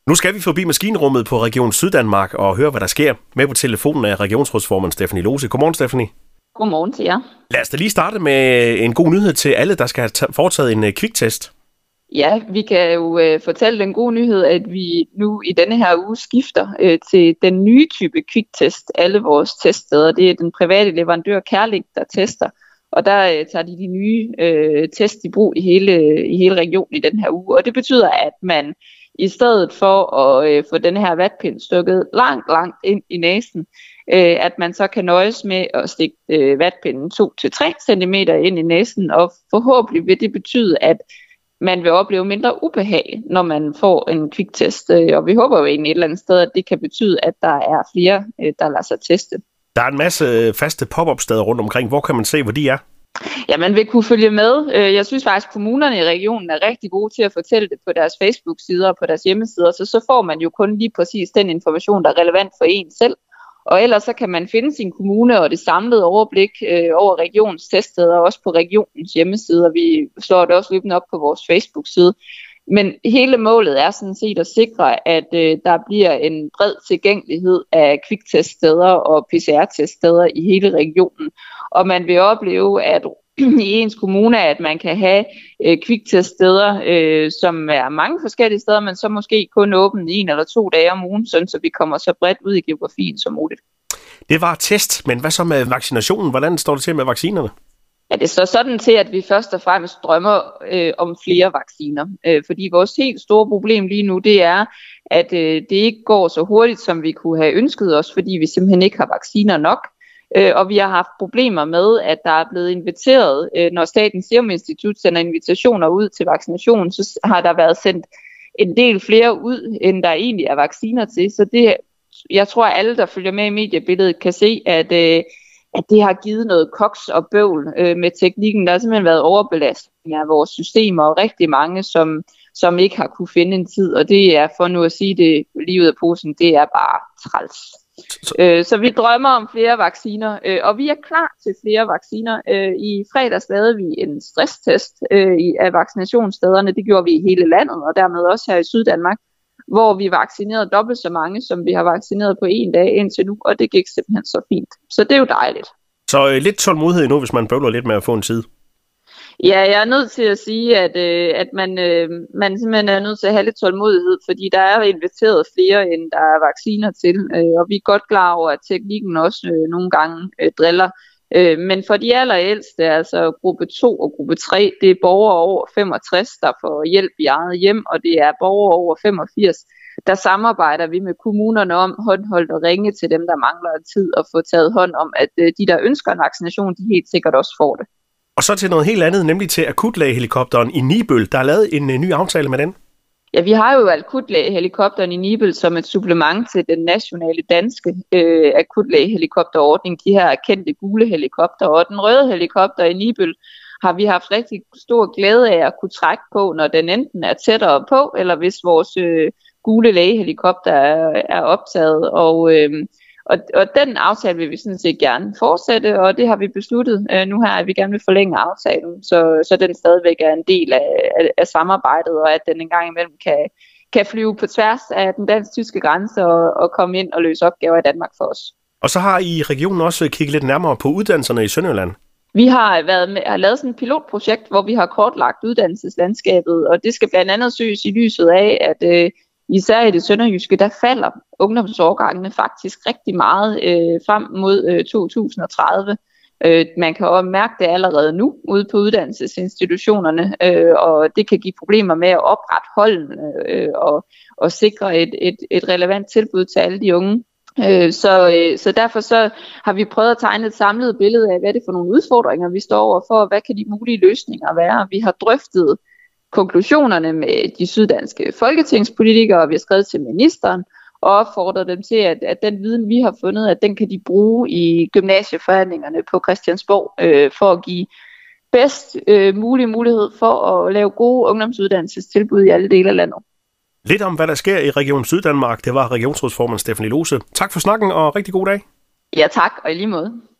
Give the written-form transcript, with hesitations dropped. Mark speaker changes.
Speaker 1: Nu skal vi forbi maskinrummet på Region Syddanmark og høre, hvad der sker. Med på telefonen er regionsrådsformand Stephanie Lose. Godmorgen, Stephanie.
Speaker 2: Godmorgen til jer.
Speaker 1: Lad os da lige starte med en god nyhed til alle, der skal have foretaget en kviktest.
Speaker 2: Ja, vi kan jo fortælle den gode nyhed, at vi nu i denne her uge skifter til den nye type kviktest. Alle vores teststeder, det er den private leverandør Kærlik, der tester. Og der tager de nye test i brug i hele regionen i den her uge. Og det betyder, at man i stedet for at få den her vatpind stukket langt ind i næsen, at man så kan nøjes med at stikke vatpinden 2-3 cm ind i næsen. Og forhåbentlig vil det betyde, at man vil opleve mindre ubehag, når man får en kviktest. Og vi håber jo egentlig et eller andet sted, at det kan betyde, at der er flere, der lader sig teste.
Speaker 1: Der er en masse faste pop-up-steder rundt omkring. Hvor kan man se, hvor de er?
Speaker 2: Ja, man vil kunne følge med. Jeg synes faktisk, at kommunerne i regionen er rigtig gode til at fortælle det på deres Facebook-sider og på deres hjemmesider. Så får man jo kun lige præcis den information, der er relevant for en selv. Og ellers så kan man finde sin kommune og det samlede overblik over regionens teststeder, også på regionens hjemmesider. Vi slår det også løbende op på vores Facebook-side. Men hele målet er sådan set at sikre, at der bliver en bred tilgængelighed af kvikteststeder og PCR-teststeder i hele regionen. Og man vil opleve, at i ens kommune, at man kan have kvikteststeder, som er mange forskellige steder, men så måske kun åbent 1 eller 2 dage om ugen, sådan så vi kommer så bredt ud i geografien som muligt.
Speaker 1: Det var test, men hvad så med vaccinationen? Hvordan står det til med vaccinerne?
Speaker 2: Ja, det står sådan til, at vi først og fremmest drømmer om flere vacciner. Fordi vores helt store problem lige nu, det er, at det ikke går så hurtigt, som vi kunne have ønsket os, fordi vi simpelthen ikke har vacciner nok. Og vi har haft problemer med, at der er blevet inviteret, når Statens Serum Institut sender invitationer ud til vaccination, så har der været sendt en del flere ud, end der egentlig er vacciner til. Så det, jeg tror, at alle, der følger med i mediebilledet, kan se, at det har givet noget koks og bøvl med teknikken. Der har simpelthen været overbelastning af vores systemer, og rigtig mange, som ikke har kunne finde en tid. Og det er, for nu at sige det lige ud af posen, det er bare træls. Så vi drømmer om flere vacciner, og vi er klar til flere vacciner. I fredags lavede vi en stresstest af vaccinationsstederne. Det gjorde vi i hele landet, og dermed også her i Syddanmark, hvor vi vaccinerede dobbelt så mange, som vi har vaccineret på 1 dag indtil nu, og det gik simpelthen så fint. Så det er jo dejligt.
Speaker 1: Så lidt tålmodighed nu, hvis man bøvler lidt med at få en tid.
Speaker 2: Ja, jeg er nødt til at sige, at man simpelthen er nødt til at have lidt tålmodighed, fordi der er inviteret flere, end der er vacciner til, og vi er godt klar over, at teknikken også nogle gange driller. Men for de allerældste, altså gruppe 2 og gruppe 3, det er borgere over 65, der får hjælp i eget hjem, og det er borgere over 85, der samarbejder vi med kommunerne om håndholdt og ringe til dem, der mangler tid, og få taget hånd om, at de, der ønsker en vaccination, de helt sikkert også får det.
Speaker 1: Og så til noget helt andet, nemlig til akutlægehelikopteren i Nibøl. Der er lavet en ny aftale med den.
Speaker 2: Ja, vi har jo akutlægehelikopteren i Nibøl som et supplement til den nationale danske akutlægehelikopterordning. De her kendte gule helikopter, og den røde helikopter i Nibøl har vi haft rigtig stor glæde af at kunne trække på, når den enten er tættere på, eller hvis vores gule lægehelikopter er optaget. Og den aftale vil vi sådan set gerne fortsætte, og det har vi besluttet nu her, at vi gerne vil forlænge aftalen, så den stadigvæk er en del af samarbejdet, og at den engang imellem kan flyve på tværs af den dansk-tyske grænse og komme ind og løse opgaver i Danmark for os.
Speaker 1: Og så har I regionen også kigget lidt nærmere på uddannelserne i Sønderjylland.
Speaker 2: Vi har lavet sådan et pilotprojekt, hvor vi har kortlagt uddannelseslandskabet, og det skal blandt andet søges i lyset af, at især i det sønderjyske, der falder ungdomsårgangene faktisk rigtig meget frem mod 2030. Man kan også mærke det allerede nu ude på uddannelsesinstitutionerne, og det kan give problemer med at oprette holdene og sikre et relevant tilbud til alle de unge. Så derfor så har vi prøvet at tegne et samlet billede af, hvad det er for nogle udfordringer, vi står overfor, og hvad kan de mulige løsninger være. Vi har drøftet konklusionerne med de syddanske folketingspolitikere, og vi har skrevet til ministeren og opfordret dem til, at den viden, vi har fundet, at den kan de bruge i gymnasieforhandlingerne på Christiansborg for at give bedst mulig mulighed for at lave gode ungdomsuddannelsestilbud i alle dele af landet.
Speaker 1: Lidt om, hvad der sker i Region Syddanmark. Det var regionsrådsformand Stephanie Lose. Tak for snakken, og rigtig god dag.
Speaker 2: Ja, tak, og i lige måde.